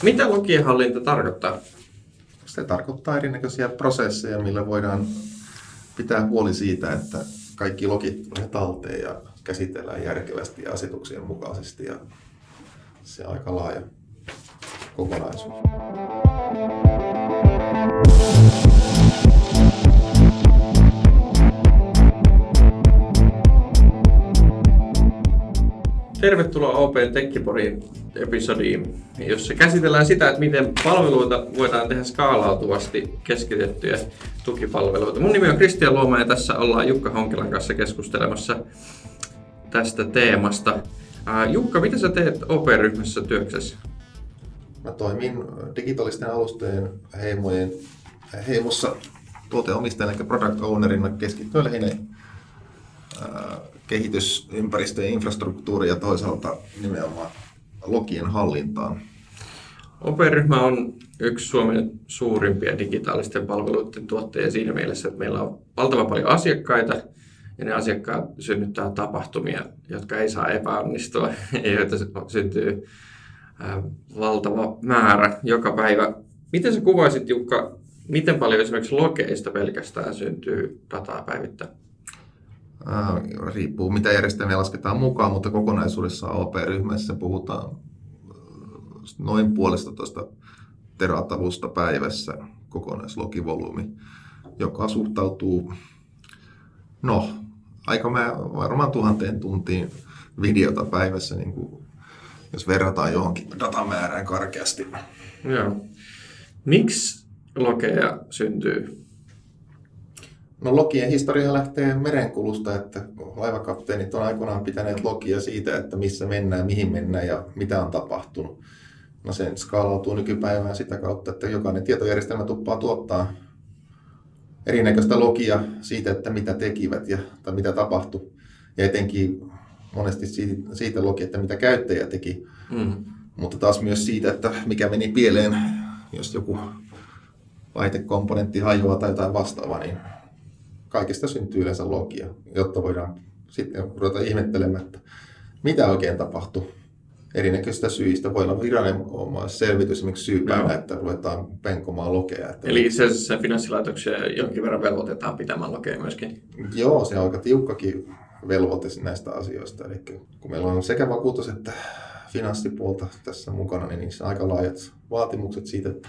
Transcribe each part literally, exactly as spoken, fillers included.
Mitä logienhallinta tarkoittaa? Se tarkoittaa erinäköisiä prosesseja, millä voidaan pitää huoli siitä, että kaikki logit tulee talteen ja käsitellään järkevästi ja asetuksien mukaisesti. Ja se on aika laaja kokonaisuus. Tervetuloa O P:n Tekkiporin episodiin, jossa käsitellään sitä, että miten palveluita voidaan tehdä skaalautuvasti keskitettyjä tukipalveluita. Mun nimi on Kristian Luoma ja tässä ollaan Jukka Honkilan kanssa keskustelemassa tästä teemasta. Jukka, mitä sä teet O P-ryhmässä työksessä? Mä toimin digitaalisten alustojen heimojen heimossa tuoteomistajana eli product ownerina keskittyen lähinnä kehitysympäristöjen infrastruktuuri ja toisaalta nimenomaan logien hallintaan. O P-ryhmä on yksi Suomen suurimpia digitaalisten palveluiden tuottajia siinä mielessä, että meillä on valtavan paljon asiakkaita ja ne asiakkaat synnyttää tapahtumia, jotka ei saa epäonnistua ja joita syntyy valtava määrä joka päivä. Miten sä kuvaisit, Jukka, miten paljon esimerkiksi logeista pelkästään syntyy dataa päivittäin? Äh, riippuu mitä järjestelmiä lasketaan mukaan, mutta kokonaisuudessaan O P-ryhmässä puhutaan noin puolestatoista teratavusta päivässä kokonaislogivolyymi, joka suhtautuu no, aika mä, varmaan tuhanteen tuntiin videota päivässä, niin kuin, jos verrataan johonkin datamäärään karkeasti. Joo. Miksi logeja syntyy? No logien historia lähtee merenkulusta, että laivakapteenit on aikoinaan pitäneet logia siitä, että missä mennään, mihin mennään ja mitä on tapahtunut. No sen skaalautuu nykypäivään sitä kautta, että jokainen tietojärjestelmä tuppaa tuottaa erinäköistä logia siitä, että mitä tekivät ja, tai mitä tapahtui. Ja etenkin monesti siitä, siitä logia, että mitä käyttäjä teki, mm. mutta taas myös siitä, että mikä meni pieleen, jos joku laitekomponentti hajoaa tai jotain vastaavaa, niin kaikista syntyy yleensä logia, jotta voidaan sitten ruveta ihmettelemään, että mitä oikein tapahtui erinäköisistä syistä. Voi olla viranomaisselvitys esimerkiksi syypäivänä, että ruvetaan penkomaan logeja. Että eli itse asiassa finanssilaitoksia jonkin verran velvoitetaan pitämään logeja myöskin? Joo, se on aika tiukkakin velvoite näistä asioista. Eli kun meillä on sekä vakuutus että finanssipuolta tässä mukana, niin niissä on aika laajat vaatimukset siitä, että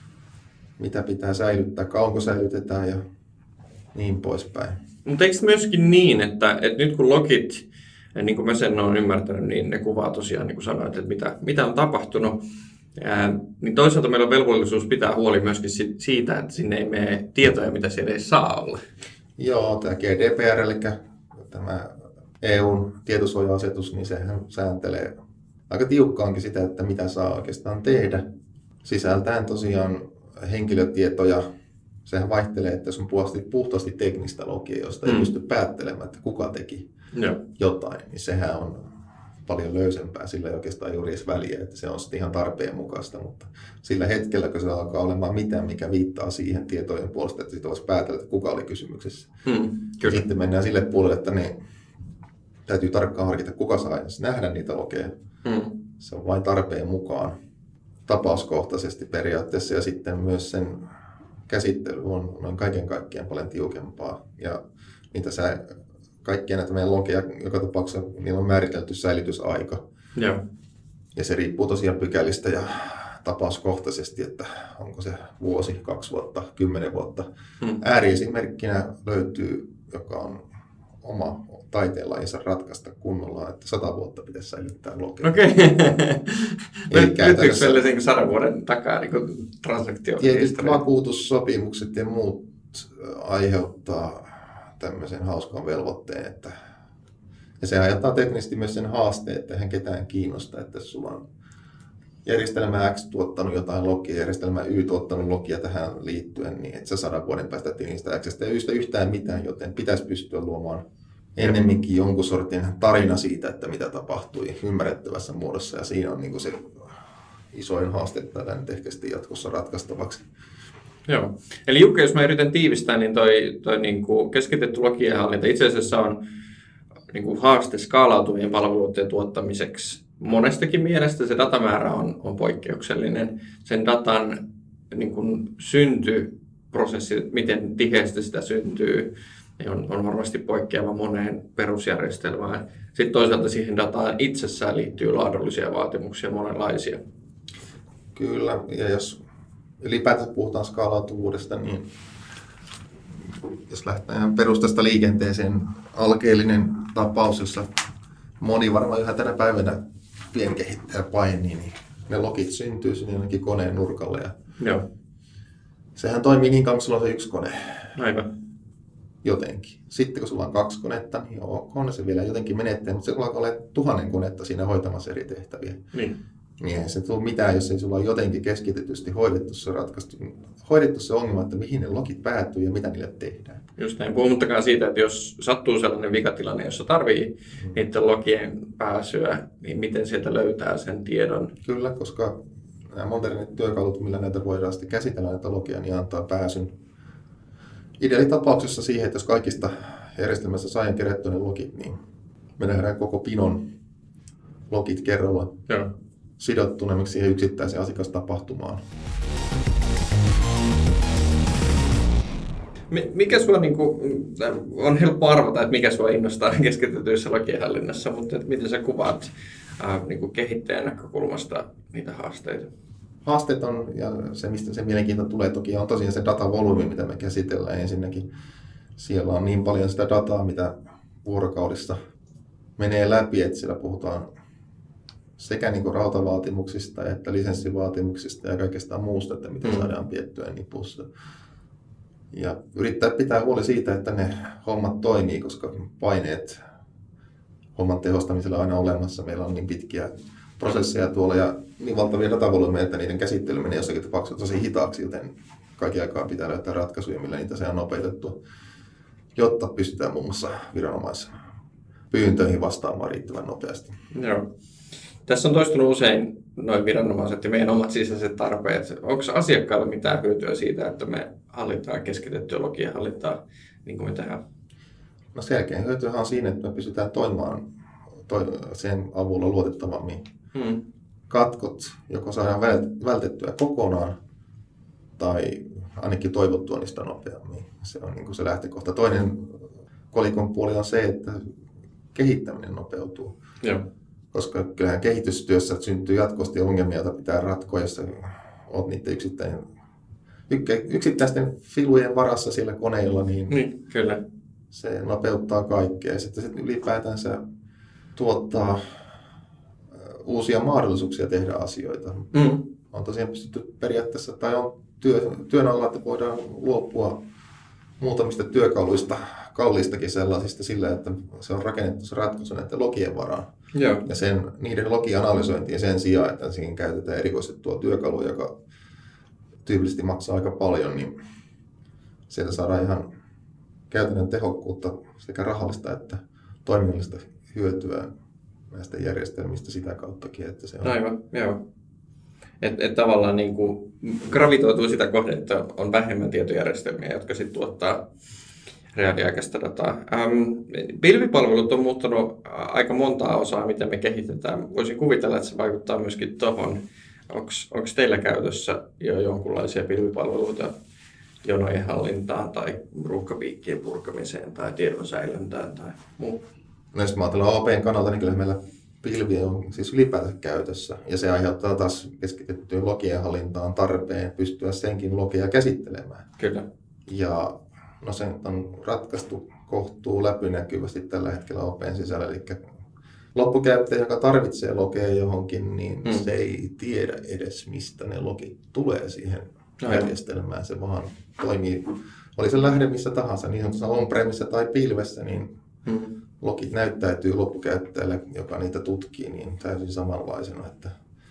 mitä pitää säilyttää, kauanko säilytetään ja niin poispäin. Mutta eikö myöskin niin, että, että nyt kun logit, niin kuin mä sen olen ymmärtänyt, niin ne kuvaa tosiaan, niin kuin sanoit, että mitä, mitä on tapahtunut, ää, niin toisaalta meillä on velvollisuus pitää huoli myöskin siitä, että sinne ei mene tietoja, mitä siellä ei saa olla. Joo, tämä G D P R, eli tämä E U:n tietosuoja-asetus, niin sehän sääntelee aika tiukkaankin sitä, että mitä saa oikeastaan tehdä. Sisältäen tosiaan henkilötietoja. Sehän vaihtelee, että jos on puhtaasti, puhtaasti teknistä logia, josta mm. ei pysty päättelemään, että kuka teki no. jotain, niin sehän on paljon löysempää. Sillä ei oikeastaan juuri edes väliä, että se on sitten ihan tarpeen mukaista, mutta sillä hetkellä, kun se alkaa olemaan mitään, mikä viittaa siihen tietojen puolesta, että sitten voisi päätellä, että kuka oli kysymyksessä. Mm. Sitten mennään sille puolelle, että ne täytyy tarkkaan harkita, kuka saa edes nähdä niitä logeja. Mm. Se on vain tarpeen mukaan tapauskohtaisesti periaatteessa ja sitten myös sen käsittely on, on kaiken kaikkiaan paljon tiukempaa ja niitä sä, kaikkia näitä meidän logeja, joka tapauksessa niillä on määritelty säilytysaika. Joo. Ja se riippuu tosiaan pykälistä ja tapauskohtaisesti, että onko se vuosi, kaksi vuotta, kymmenen vuotta. Hmm. Ääriesimerkkinä löytyy, joka on oma taiteenlajinsa ratkaista kunnolla, että sata vuotta pitäisi säilyttää logeja. Okei. Okay. Löytyykö sellaisen sadan vuoden takaa niin transaktio? Tietysti vakuutussopimukset ja muut aiheuttaa tämmöisen hauskan velvoitteen, että ja se aiheuttaa teknisesti myös sen haasteen, että eihän ketään kiinnosta, että sulla on järjestelmä X tuottanut jotain logia, järjestelmä Y tuottanut logia tähän liittyen, niin et sä sadan vuoden päästä niistä X:stä ei yhtään mitään, joten pitäisi pystyä luomaan ennemminkin jonkun sortin tarina siitä, että mitä tapahtui ymmärrettävässä muodossa, ja siinä on niin kuin se isoin haaste tätä nyt ehkä sitten jatkossa ratkaistavaksi. Joo. Eli Jukka, jos mä yritän tiivistää, niin toi, toi niin kuin keskitetty logienhallinta itse asiassa on niin kuin haaste skaalautuvien palveluiden tuottamiseksi monestakin mielestä se datamäärä on, on poikkeuksellinen. Sen datan niin kuin syntyprosessi, miten tiheästi sitä syntyy, on, on varmasti poikkeava moneen perusjärjestelmään. Sitten toisaalta siihen dataan itsessään liittyy laadullisia vaatimuksia monenlaisia. Kyllä, ja jos ylipäätään puhutaan skaalautuvuudesta, niin jos lähdetään perustasta liikenteeseen, alkeellinen tapaus, jossa moni varmaan yhä tänä päivänä pienkehittäjä painii, niin ne logit syntyy sinne jonnekin koneen nurkalle. Ja Joo. Sehän toimii niin kauan, kun sulla on se yksi kone. Aivan. Jotenkin. Sitten kun sulla on kaksi konetta, niin ok, se vielä jotenkin menettää, mutta se alkaa olla tuhannen konetta siinä hoitamassa eri tehtäviä. Niin. Niin eihän se tule mitään, jos ei sulla ole jotenkin keskitetysti hoidettu se ratkaistu, hoidettu se ongelma, että mihin ne logit päätyy ja mitä niille tehdään. Just näin. Puhumattakaan siitä, että jos sattuu sellainen vikatilanne, jossa tarvii mm. niiden logien pääsyä, niin miten sieltä löytää sen tiedon? Kyllä, koska nämä modernit työkalut, millä näitä voidaan sitten käsitellä näitä logia, niin antaa pääsyn ideaalitapauksessa siihen, että jos kaikista järjestelmässä saadaan kerättyä ne logit, niin me nähdään koko pinon logit kerralla. Joo. Sidottuna siihen yksittäiseen asiakastapahtumaan. Mikä sua, niin kuin, on helppo arvata, että mikä sua innostaa keskitetyissä logienhallinnassa, mutta että miten sä kuvaat äh, niin kuin kehittäjän näkökulmasta niitä haasteita? Haasteet on, ja se mistä se mielenkiinto tulee toki, on tosiaan se datavolyymi, mitä me käsitellään ensinnäkin. Siellä on niin paljon sitä dataa, mitä vuorokaudessa menee läpi, että siellä puhutaan sekä niin kuin rautavaatimuksista että lisenssivaatimuksista ja kaikesta muusta, että miten mm. saadaan piettyä nipussa. Ja yrittää pitää huoli siitä, että ne hommat toimii, koska paineet homman tehostamisella on aina olemassa. Meillä on niin pitkiä prosesseja tuolla ja niin valtavia datavolyymeja, että niiden käsittely menee jossakin tapauksessa tosi hitaaksi, joten kaikki aikaa pitää löytää ratkaisuja, millä niitä saadaan nopeutettua, jotta pystytään muun muassa viranomaisen pyyntöihin vastaamaan riittävän nopeasti. Joo. Tässä on toistunut usein noin viranomaiset ja meidän omat sisäiset tarpeet. Onko asiakkailla mitään hyötyä siitä, että me hallitaan keskitettyä logien hallintaa niin kuin me tehdään? No selkeä hyötyhän on siinä, että me pystytään toimimaan to- sen avulla luotettavammin. Hmm. Katkot joko saadaan vältettyä kokonaan tai ainakin toivottua niistä nopeammin. Se on niin kuin se lähtökohta. Toinen kolikon puoli on se, että kehittäminen nopeutuu. Joo. Koska kyllähän kehitystyössä syntyy jatkuvasti ongelmia, joita pitää ratkoa, jos olet niiden yksittäin, yksittäisten filujen varassa siellä koneilla, niin, niin kyllä. Se nopeuttaa kaikkea. Sitten sit ylipäätänsä tuottaa uusia mahdollisuuksia tehdä asioita. Mm. On tosiaan pystytty periaatteessa, tai on työ, työn alla, että voidaan luopua muutamista työkaluista, kalliistakin sellaisista sillä, että se on rakennettu se ratkaisu näiden logien varaan. Joo. Ja sen, niiden logianalysointiin sen sijaan, että siihen käytetään erikoistettua työkalua, joka tyypillisesti maksaa aika paljon, niin sieltä saadaan ihan käytännön tehokkuutta sekä rahallista että toiminnallista hyötyä näistä järjestelmistä sitä kauttakin. Että se on... Aivan, joo. Että et tavallaan niin kuin gravitoituu sitä kohden, että on vähemmän tietojärjestelmiä, jotka sitten tuottaa reaaliaikaista dataa. Ähm, pilvipalvelut on muuttanut aika montaa osaa, mitä me kehitetään. Voisin kuvitella, että se vaikuttaa myöskin tuohon. Onko teillä käytössä jo jonkinlaisia pilvipalveluita jonojen hallintaan tai ruuhkapiikkien purkamiseen tai tiedon säilyntään tai muu? No jos mä ajatellaan O P:n kannalta, niin kyllä meillä pilvi on siis ylipäätään käytössä. Ja se aiheuttaa taas keskitettyyn logien hallintaan tarpeen pystyä senkin logia käsittelemään. Kyllä. Ja no se on ratkaistu kohtuu läpinäkyvästi tällä hetkellä O P:n sisällä. Eli loppukäyttäjä, joka tarvitsee logeja johonkin, niin mm. se ei tiedä edes, mistä ne logit tulee siihen no, järjestelmään. Se vaan toimii, oli se lähde missä tahansa, niin sanotussa on-premissä tai pilvessä, niin mm. logit näyttäytyy loppukäyttäjälle, joka niitä tutkii, niin täysin samanlaisena. Että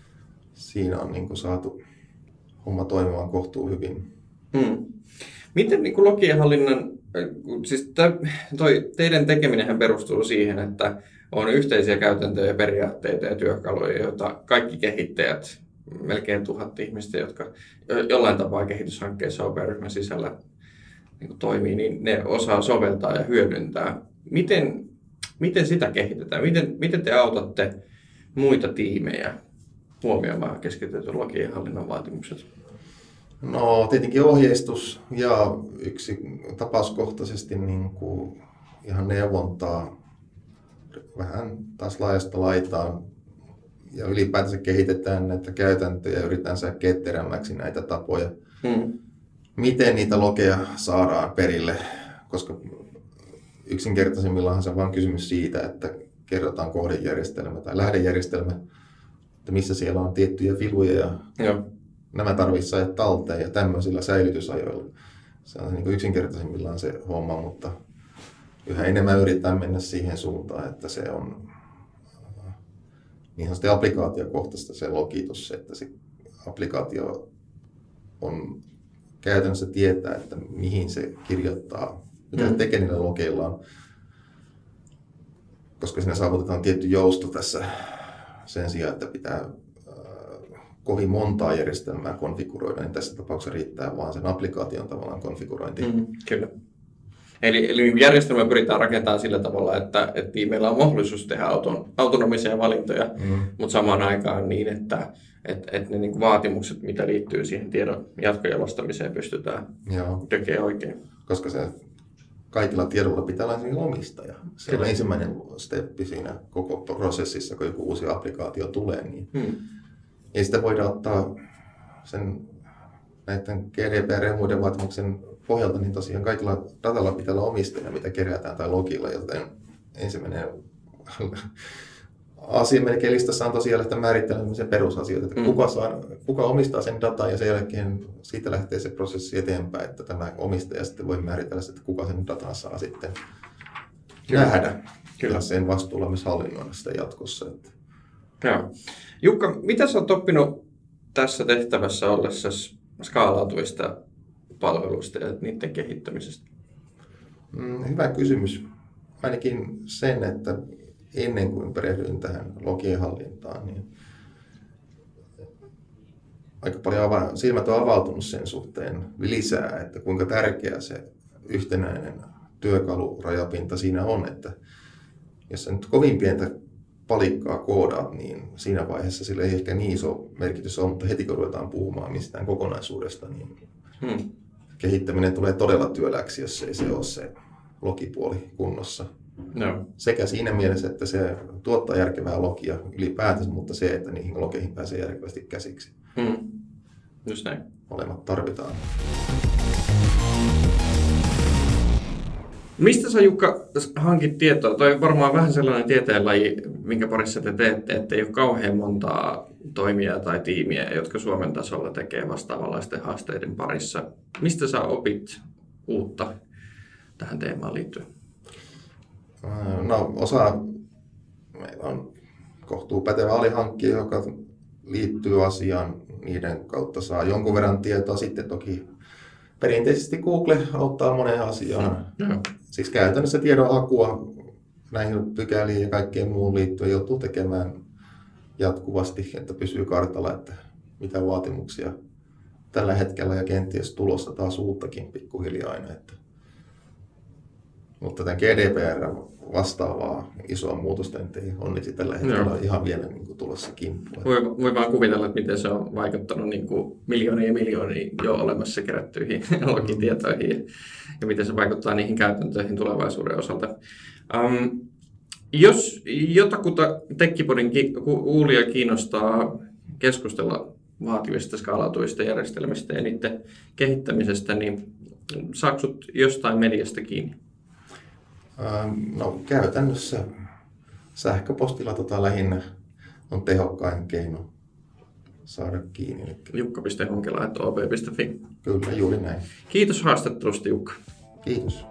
siinä on niin kuin saatu homma toimimaan kohtuu hyvin. Mm. Miten niin kuin logienhallinnan, siis toi teidän tekeminenhän perustuu siihen, että on yhteisiä käytäntöjä, periaatteita ja työkaluja, joita kaikki kehittäjät, melkein tuhat ihmistä, jotka jollain tapaa kehityshankkeessa O P-ryhmän sisällä niin kuin toimii, niin ne osaa soveltaa ja hyödyntää. Miten, miten sitä kehitetään? Miten, miten te autatte muita tiimejä huomioimaan keskitetyn login hallinnan vaatimukset? No tietenkin ohjeistus ja yksi tapauskohtaisesti niin kuin ihan neuvontaa vähän taas laajasta laitaan ja ylipäätänsä kehitetään näitä käytäntöjä ja yritetään saada ketterämmäksi näitä tapoja. Hmm. Miten niitä logeja saadaan perille, koska yksinkertaisimmillaan se on vain kysymys siitä, että kerrotaan kohdejärjestelmä tai lähdejärjestelmä, että missä siellä on tiettyjä filuja ja Joo. nämä tarvitsisi saada talteen ja tämmöisillä säilytysajoilla. Se on niin kuin yksinkertaisimmillaan se homma, mutta yhä enemmän yritetään mennä siihen suuntaan, että se on niin sanotusti applikaatiokohtaista se logitus, että se applikaatio on käytännössä tietää, että mihin se kirjoittaa, mitä se tekee niillä logeillaan, koska siinä saavutetaan tietty jousto tässä sen sijaan, että pitää äh, kovin montaa järjestelmää konfiguroida, niin tässä tapauksessa riittää vaan sen applikaation tavallaan konfigurointi. Mm, kyllä. Eli, eli järjestelmä pyritään rakentamaan sillä tavalla, että, että meillä on mahdollisuus tehdä auton, autonomisia valintoja, mm. mutta samaan aikaan niin, että, että, että ne niin kuin vaatimukset, mitä liittyy siihen tiedon jatkojalostamiseen, pystytään Joo. tekemään oikein. Koska se kaikilla tiedolla pitää olla omistaja. Se Kyllä. on ensimmäinen steppi siinä koko prosessissa, kun joku uusi applikaatio tulee. Niin hmm. ei sitä voida ottaa sen näiden G D P R ja muiden vaatimuksen pohjalta, niin tosiaan kaikilla datalla pitää olla omistaja, mitä kerätään tai logilla, joten ensimmäinen asia melkein listassa on tosiaan lähteä määrittelemään sen perusasioita, että mm. kuka, saa, kuka omistaa sen datan ja sen jälkeen siitä lähtee se prosessi eteenpäin, että tämä omistaja sitten voi määritellä, että kuka sen datan saa sitten Kyllä. nähdä. Kyllä sen vastuulla myös hallinnoida sitä jatkossa. Että. Joo. Jukka, mitä sä oot oppinut tässä tehtävässä ollessasi skaalautuvista palveluista ja niiden kehittämisestä? Mm, hyvä kysymys. Ainakin sen, että ennen kuin perehdyin tähän logien hallintaan, niin aika paljon ava- silmät on avautunut sen suhteen lisää, että kuinka tärkeä se yhtenäinen työkalurajapinta siinä on, että jos sä nyt kovin pientä palikkaa koodaat, niin siinä vaiheessa sillä ei ehkä niin iso merkitys ole, mutta heti kun ruvetaan puhumaan mistään kokonaisuudesta, niin hmm. kehittäminen tulee todella työläksi, jos ei se ole se logipuoli kunnossa. No. Sekä siinä mielessä, että se tuottaa järkevää logia ylipäätänsä, mutta se, että niihin logeihin pääsee järkevästi käsiksi. Hmm. Just näin. Molemmat tarvitaan. Mistä sä, Jukka, hankit tietoa? Toi on varmaan vähän sellainen tieteenlaji, minkä parissa te teette, että ei ole kauhean montaa toimijaa tai tiimiä, jotka Suomen tasolla tekee vastaavanlaisten haasteiden parissa. Mistä sä opit uutta tähän teemaan liittyen? No, osa meillä on kohtuu pätevä alihankkija, joka liittyy asiaan. Niiden kautta saa jonkun verran tietoa. Sitten toki perinteisesti Google auttaa moneen asiaan. Mm. Siis käytännössä tiedonhakua näihin pykäliin ja kaikkeen muuhun liittyen joutuu tekemään jatkuvasti, että pysyy kartalla, että mitä vaatimuksia tällä hetkellä ja kenties tulossa taas uuttakin pikkuhiljaa aina. Että. Mutta tämän G D P R vastaavaa isoa muutosta ei onneksi tällä hetkellä no. ihan vielä niin kuin tulossa kimppuun. Voi, voi vaan kuvitella, että miten se on vaikuttanut niin kuin miljoonia ja miljoonia jo olemassa kerättyihin logitietoihin ja, ja miten se vaikuttaa niihin käytäntöihin tulevaisuuden osalta. Um, jos jotakuta Tekkipodin kuulija kiinnostaa keskustella vaativista skaalautuvista järjestelmistä ja niiden kehittämisestä, niin saako sut jostain mediasta kiinni? No käytännössä sähköpostilla tota lähinnä on tehokkain keino saada kiinni. jukka piste honkela ät o p piste fi. Kyllä, juuri näin. Kiitos haastattelusta, Jukka. Kiitos.